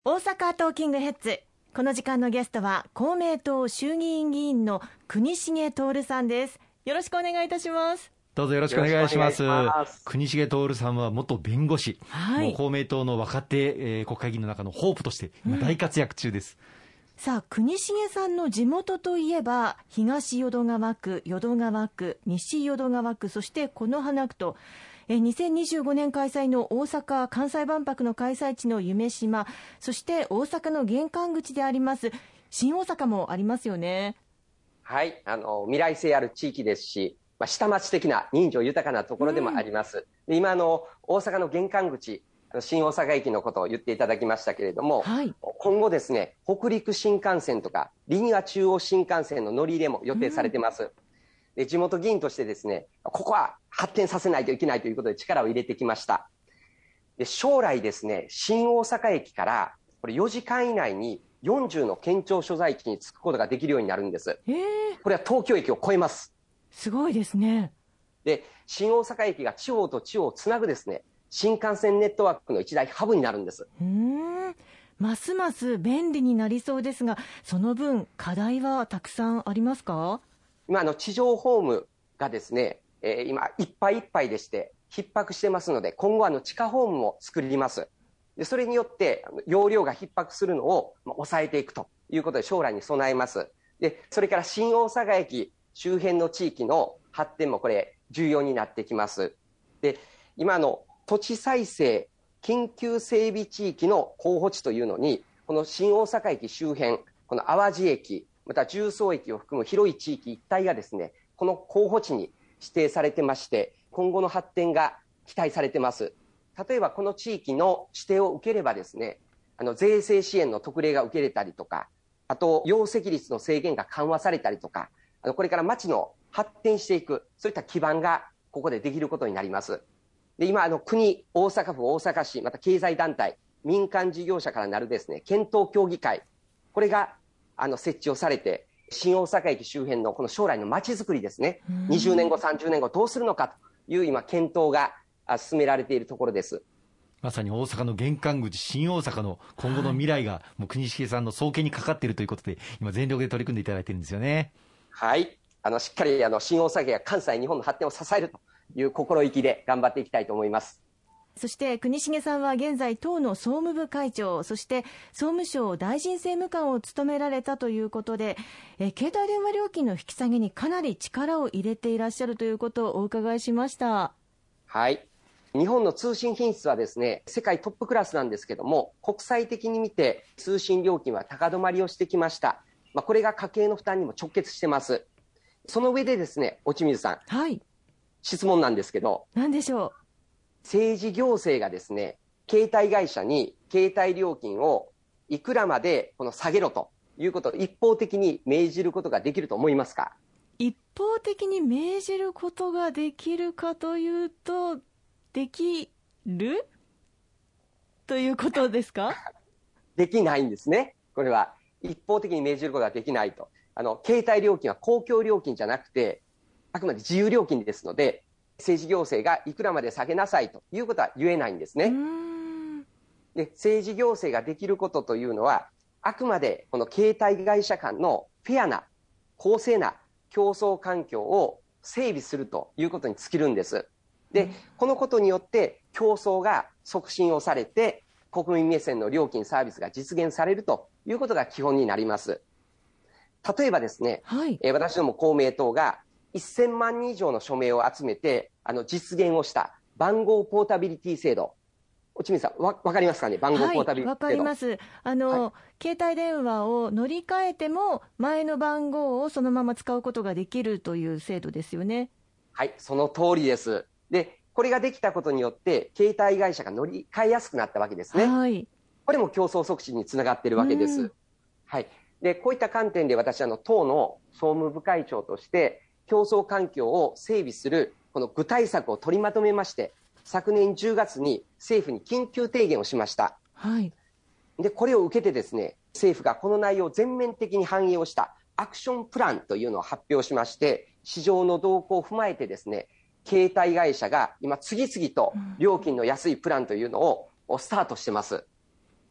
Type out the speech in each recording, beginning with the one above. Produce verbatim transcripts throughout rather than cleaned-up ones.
大阪トーキングヘッズ。この時間のゲストは公明党衆議院議員の国重徹さんです。よろしくお願いいたします。 どうぞよろしくお願いします。 ます。 国重徹さんは元弁護士、 はい、 もう公明党の若手、えー、国会議員の中のホープとして今大活躍中です、 うん、さあ国重さんの地元といえば東淀川区、淀川区、西淀川区、そして此花区とにせんにじゅうごねん開催の大阪・関西万博の開催地の夢洲、そして大阪の玄関口であります新大阪もありますよね。 はい、あの未来性ある地域ですし、まあ、下町的な人情豊かなところでもあります、うん、で今あの大阪の玄関口、あの新大阪駅のことを言っていただきましたけれども、はい、今後ですね、北陸新幹線とかリニア中央新幹線の乗り入れも予定されてます、うん、で地元議員としてですね、ここは発展させないといけないということで力を入れてきました。で将来ですね、新大阪駅からこれよじかん以内によんじゅうの県庁所在地に着くことができるようになるんです。 へー、 これは東京駅を超えます。 すごいですね。 で新大阪駅が地方と地方をつなぐですね、新幹線ネットワークの一大ハブになるんです。 うーん、ますます便利になりそうですが、その分課題はたくさんありますか？ 今あの地上ホームがですね、えー、今いっぱいいっぱいでして逼迫してますので、今後あの地下ホームも作ります。でそれによって容量が逼迫するのを抑えていくということで将来に備えます。でそれから新大阪駅周辺の地域の発展もこれ重要になってきます。で今の土地再生緊急整備地域の候補地というのに、この新大阪駅周辺、この淡路駅また十三駅を含む広い地域一帯がですね、この候補地に指定されてまして、今後の発展が期待されてます。例えばこの地域の指定を受ければですね、あの税制支援の特例が受けれたりとか、あと容積率の制限が緩和されたりとか、あのこれから町の発展していく、そういった基盤がここでできることになります。で今あの国、大阪府、大阪市、また経済団体、民間事業者からなるですね、検討協議会、これがあの設置をされて、新大阪駅周辺のこの将来の街づくりですね、にじゅうねんご、さんじゅうねんごどうするのかという今検討が進められているところです。 まさに大阪の玄関口、新大阪の今後の未来が、はい、もう国重さんの双肩にかかっているということで、今全力で取り組んでいただいているんですよね。 はい、あのしっかりあの新大阪駅が関西、日本の発展を支えるという心意気で頑張っていきたいと思います。 そして国重さんは現在党の総務部会長、そして総務省大臣政務官を務められたということで、え携帯電話料金の引き下げにかなり力を入れていらっしゃるということをお伺いしました。 はい、日本の通信品質はですね、世界トップクラスなんですけども、国際的に見て通信料金は高止まりをしてきました。まあ、これが家計の負担にも直結してます。その上でですね、落水さん、 はい、 質問なんですけど、 何でしょう。 政治行政がですね、携帯会社に携帯料金をいくらまでこの下げろということを一方的に命じることができると思いますか？ 一方的に命じることができるかというと、できるということですか？ できないんですね。これは一方的に命じることができないと。あの携帯料金は公共料金じゃなくて、あくまで自由料金ですので、政治行政がいくらまで下げなさいということは言えないんですね。うーんで政治行政ができることというのは、あくまでこの携帯会社間のフェアな公正な競争環境を整備するということに尽きるんです。でこのことによって競争が促進をされて、国民目線の料金サービスが実現されるということが基本になります。例えばですね、はい、えー、私ども公明党がせんまんにん以上の署名を集めてあの実現をした番号ポータビリティ制度、落水さん、わ分かりますかね？番号ポータビリティ制度。はい、分かります。あの、はい、携帯電話を乗り換えても前の番号をそのまま使うことができるという制度ですよね。 はい、その通りです。でこれができたことによって携帯会社が乗り換えやすくなったわけですね。はい、これも競争促進につながっているわけです。はい、でこういった観点で私あの党の総務部会長として競争環境を整備するこの具体策を取りまとめまして、昨年じゅうがつに政府に緊急提言をしました。はい、でこれを受けてですね、政府がこの内容を全面的に反映をしたアクションプランというのを発表しまして、市場の動向を踏まえてですね、携帯会社が今次々と料金の安いプランというのをスタートしてます。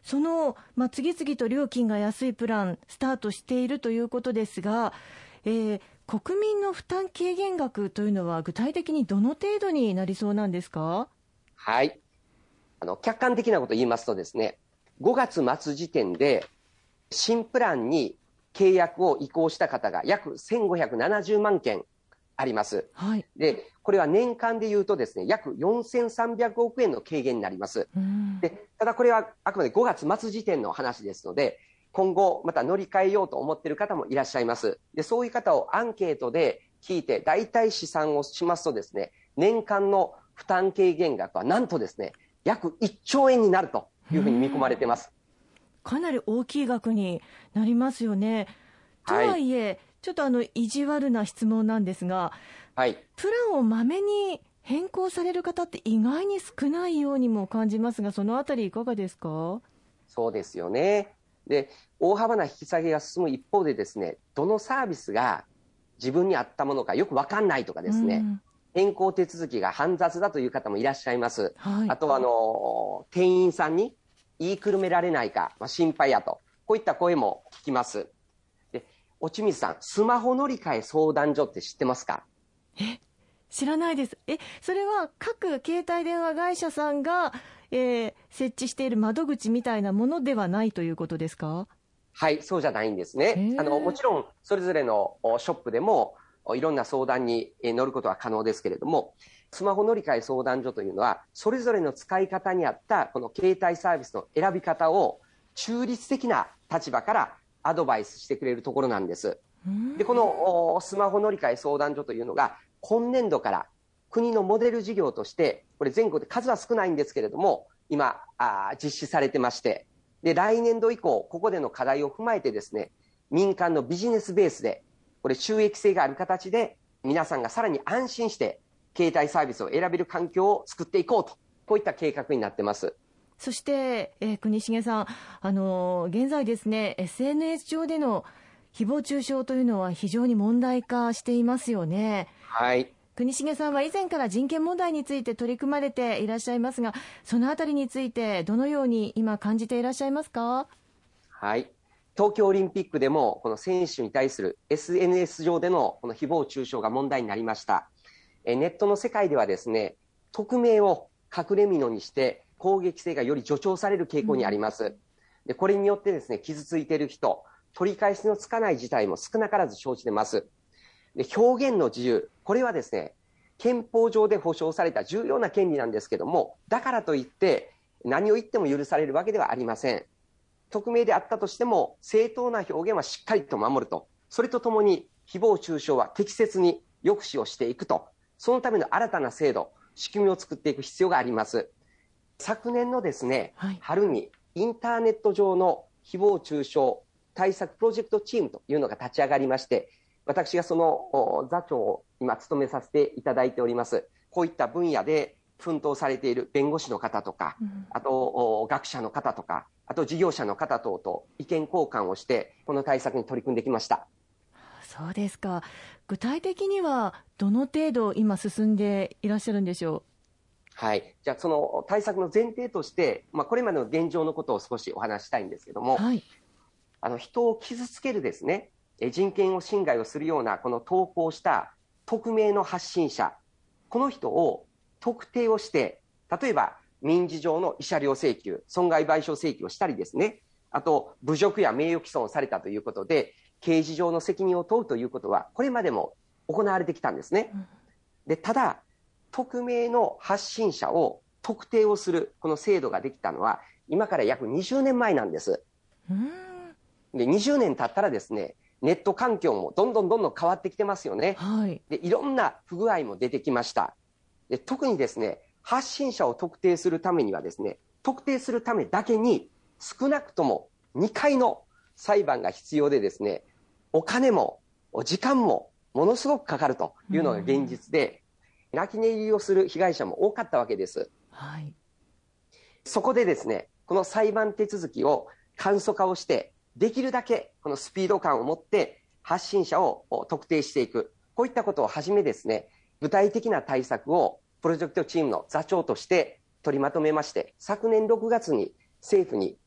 その、まあ、次々と料金が安いプランスタートしているということですが、えー、国民の負担軽減額というのは具体的にどの程度になりそうなんですか？ はい。あの、客観的なことを言いますとですね、ごがつ末時点で新プランに契約を移行した方が約せんごひゃくななじゅうまんけんあります。 はい。 で、これは年間で言うとですね、約よんせんさんびゃくおくえんの軽減になります。で、ただこれはあくまでごがつ末時点の話ですので、今後また乗り換えようと思っている方もいらっしゃいます。で、そういう方をアンケートで聞いて、大体試算をしますとですね、年間の負担軽減額はなんとですね、約いっちょうえんになるというふうに見込まれています。 かなり大きい額になりますよね。とはいえ、はい、ちょっとあの意地悪な質問なんですが、はい、プランをまめに変更される方って意外に少ないようにも感じますが、そのあたりいかがですか？ そうですよね。で、大幅な引き下げが進む一方でですね、どのサービスが自分に合ったものかよく分かんないとかですね、うん、変更手続きが煩雑だという方もいらっしゃいます。はい、あとはあの店員さんに言いくるめられないか、まあ、心配やと、こういった声も聞きます。で、落水さん、スマホ乗り換え相談所って知ってますか？ え、知らないです。え、それは各携帯電話会社さんが、えー、設置している窓口みたいなものではないということですか？ はい、そうじゃないんですね。あのもちろんそれぞれのショップでもいろんな相談に乗ることは可能ですけれども、スマホ乗り換え相談所というのはそれぞれの使い方に合ったこの携帯サービスの選び方を中立的な立場からアドバイスしてくれるところなんです。で、このスマホ乗り換え相談所というのが今年度から国のモデル事業として、これ全国で数は少ないんですけれども今あ実施されてまして、で来年度以降ここでの課題を踏まえてですね、民間のビジネスベースでこれ収益性がある形で皆さんがさらに安心して携帯サービスを選べる環境を作っていこうと、こういった計画になってます。 そして、えー、国重さん、あのー、現在ですね エスエヌエス 上での誹謗中傷というのは非常に問題化していますよね。 はい。 国重さんは以前から人権問題について取り組まれていらっしゃいますが、そのあたりについてどのように今感じていらっしゃいますか？ はい。東京オリンピックでもこの選手に対する エスエヌエス 上でのこの誹謗中傷が問題になりました。ネットの世界ではですね、匿名を隠れ蓑にして攻撃性がより助長される傾向にあります。うん、でこれによってですね、傷ついている人、取り返しのつかない事態も少なからず生じています。で表現の自由、これはですね、憲法上で保障された重要な権利なんですけども、だからといって何を言っても許されるわけではありません。匿名であったとしても正当な表現はしっかりと守ると、それとともに誹謗中傷は適切に抑止をしていくと、そのための新たな制度、仕組みを作っていく必要があります。昨年のですね、はい、春にインターネット上の誹謗中傷対策プロジェクトチームというのが立ち上がりまして、私がその座長を今務めさせていただいております。こういった分野で奮闘されている弁護士の方とか、うん、あと学者の方とか、あと事業者の方等と意見交換をしてこの対策に取り組んできました。 そうですか。具体的にはどの程度今進んでいらっしゃるんでしょう？ はい、じゃあその対策の前提として、まあ、これまでの現状のことを少しお話したいんですけども、はい、あの人を傷つけるですね、人権を侵害をするようなこの投稿した匿名の発信者、この人を特定をして、例えば民事上の慰謝料請求、損害賠償請求をしたりですね、あと侮辱や名誉毀損をされたということで刑事上の責任を問うということはこれまでも行われてきたんですね。でただ匿名の発信者を特定をするこの制度ができたのは今から約にじゅうねんまえなんです。でにじゅうねん経ったらですね、ネット環境もどんどんどんどん変わってきてますよね。はい、でいろんな不具合も出てきました。で特にですね、発信者を特定するためにはですね、特定するためだけに少なくともにかいの裁判が必要でですね、お金も時間もものすごくかかるというのが現実で、泣き寝入りをする被害者も多かったわけです。はい、そこでですね、この裁判手続きを簡素化をして、できるだけこのスピード感を持って発信者を特定していく、こういったことをはじめですね、具体的な対策をプロジェクトチームの座長として取りまとめまして、昨年ろくがつに政府に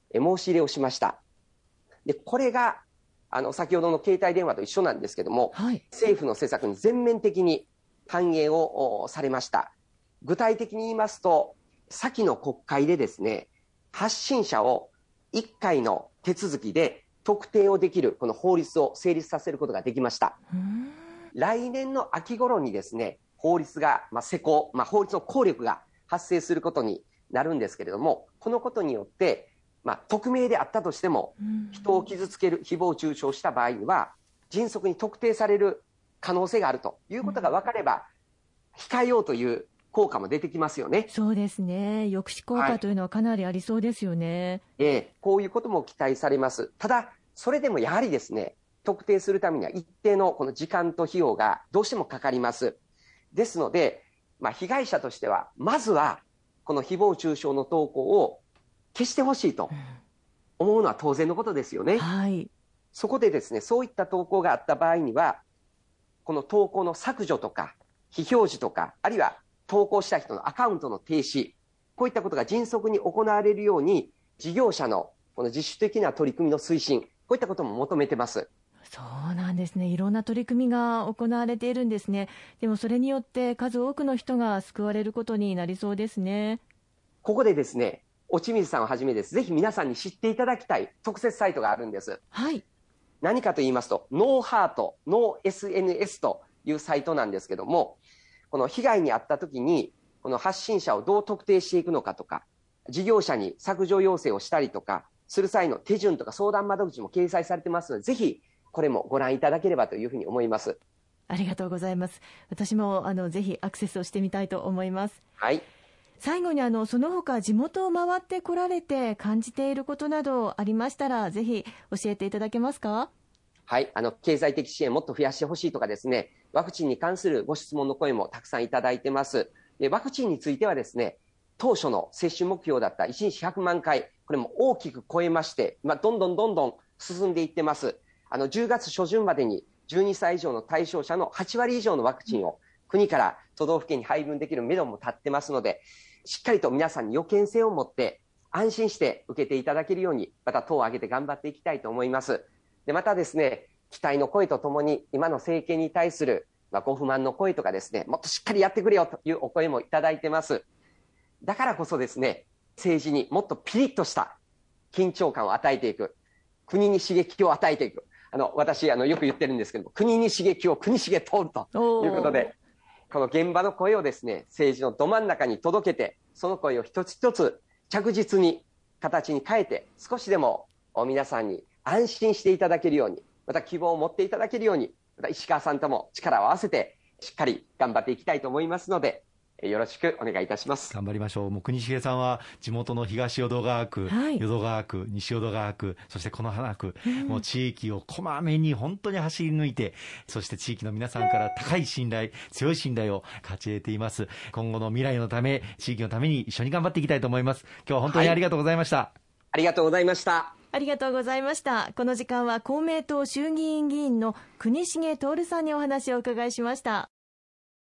申し入れをしました。で、これが、あの、先ほどの携帯電話と一緒なんですけども、はい、政府の施策に全面的に反映をされました。具体的に言いますと、先の国会でですね、発信者をいっかいの手続きで特定をできるこの法律を成立させることができました。来年の秋頃にですね、法律が、まあ、施行、まあ、法律の効力が発生することになるんですけれども、このことによって、まあ、匿名であったとしても、人を傷つける、誹謗中傷した場合には、迅速に特定される可能性があるということが分かれば、控えようという効果も出てきますよね。 そうですね。抑止効果というのはかなりありそうですよね。 はい、ええ、こういうことも期待されます。ただ、それでもやはりですね、特定するためには一定のこの時間と費用がどうしてもかかります。ですので、まあ、被害者としては、まずは、この誹謗中傷の投稿を消してほしいと思うのは当然のことですよね。 はい。 そこでですね、そういった投稿があった場合には、この投稿の削除とか、非表示とか、あるいは投稿した人のアカウントの停止、こういったことが迅速に行われるように、事業者のこの自主的な取り組みの推進、こういったことも求めてます。 そうなんですね。いろんな取り組みが行われているんですね。でもそれによって数多くの人が救われることになりそうですね。 ここでですね、落水さんをはじめです。ぜひ皆さんに知っていただきたい特設サイトがあるんです。 はい。 何かと言いますと、ノーハート、ノー エスエヌエス というサイトなんですけども、この被害に遭った時に、この発信者をどう特定していくのかとか、事業者に削除要請をしたりとか、する際の手順とか相談窓口も掲載されてますので、ぜひこれもご覧いただければというふうに思います。 ありがとうございます。私もあのぜひアクセスをしてみたいと思います。 はい。 最後にあのその他地元を回ってこられて感じていることなどありましたらぜひ教えていただけますか？ はい、あの経済的支援もっと増やしてほしいとかですね、ワクチンに関するご質問の声もたくさんいただいてます。で、ワクチンについてはですね、当初の接種目標だったいちにちひゃくまんかい、これも大きく超えまして、今どんどんどんどん進んでいってます。あのじゅうがつしょじゅんまでにじゅうにさい以上の対象者のはちわり以上のワクチンを国から都道府県に配分できるめども立ってますので、しっかりと皆さんに予見性を持って安心して受けていただけるように、また党を挙げて頑張っていきたいと思います。で、またですね、期待の声とともに今の政権に対するまあご不満の声とかですね、もっとしっかりやってくれよというお声もいただいてます。だからこそですね、政治にもっとピリッとした緊張感を与えていく、国に刺激を与えていく。あの、私、あの、よく言ってるんですけども、国に刺激を国重通るということで、この現場の声をですね、政治のど真ん中に届けて、その声を一つ一つ着実に形に変えて、少しでも皆さんに安心していただけるように、また希望を持っていただけるように、また石川さんとも力を合わせて、しっかり頑張っていきたいと思いますので、よろしくお願いいたします。 頑張りましょう。もう国重さんは地元の東淀川区、はい、淀川区、西淀川区、そして此花区、うん、もう地域をこまめに本当に走り抜いて、そして地域の皆さんから高い信頼、強い信頼を勝ち得ています。今後の未来のため、地域のために一緒に頑張っていきたいと思います。今日は本当にありがとうございました。はい、 ありがとうございました。 ありがとうございました。この時間は公明党衆議院議員の国重徹さんにお話をお伺いしました。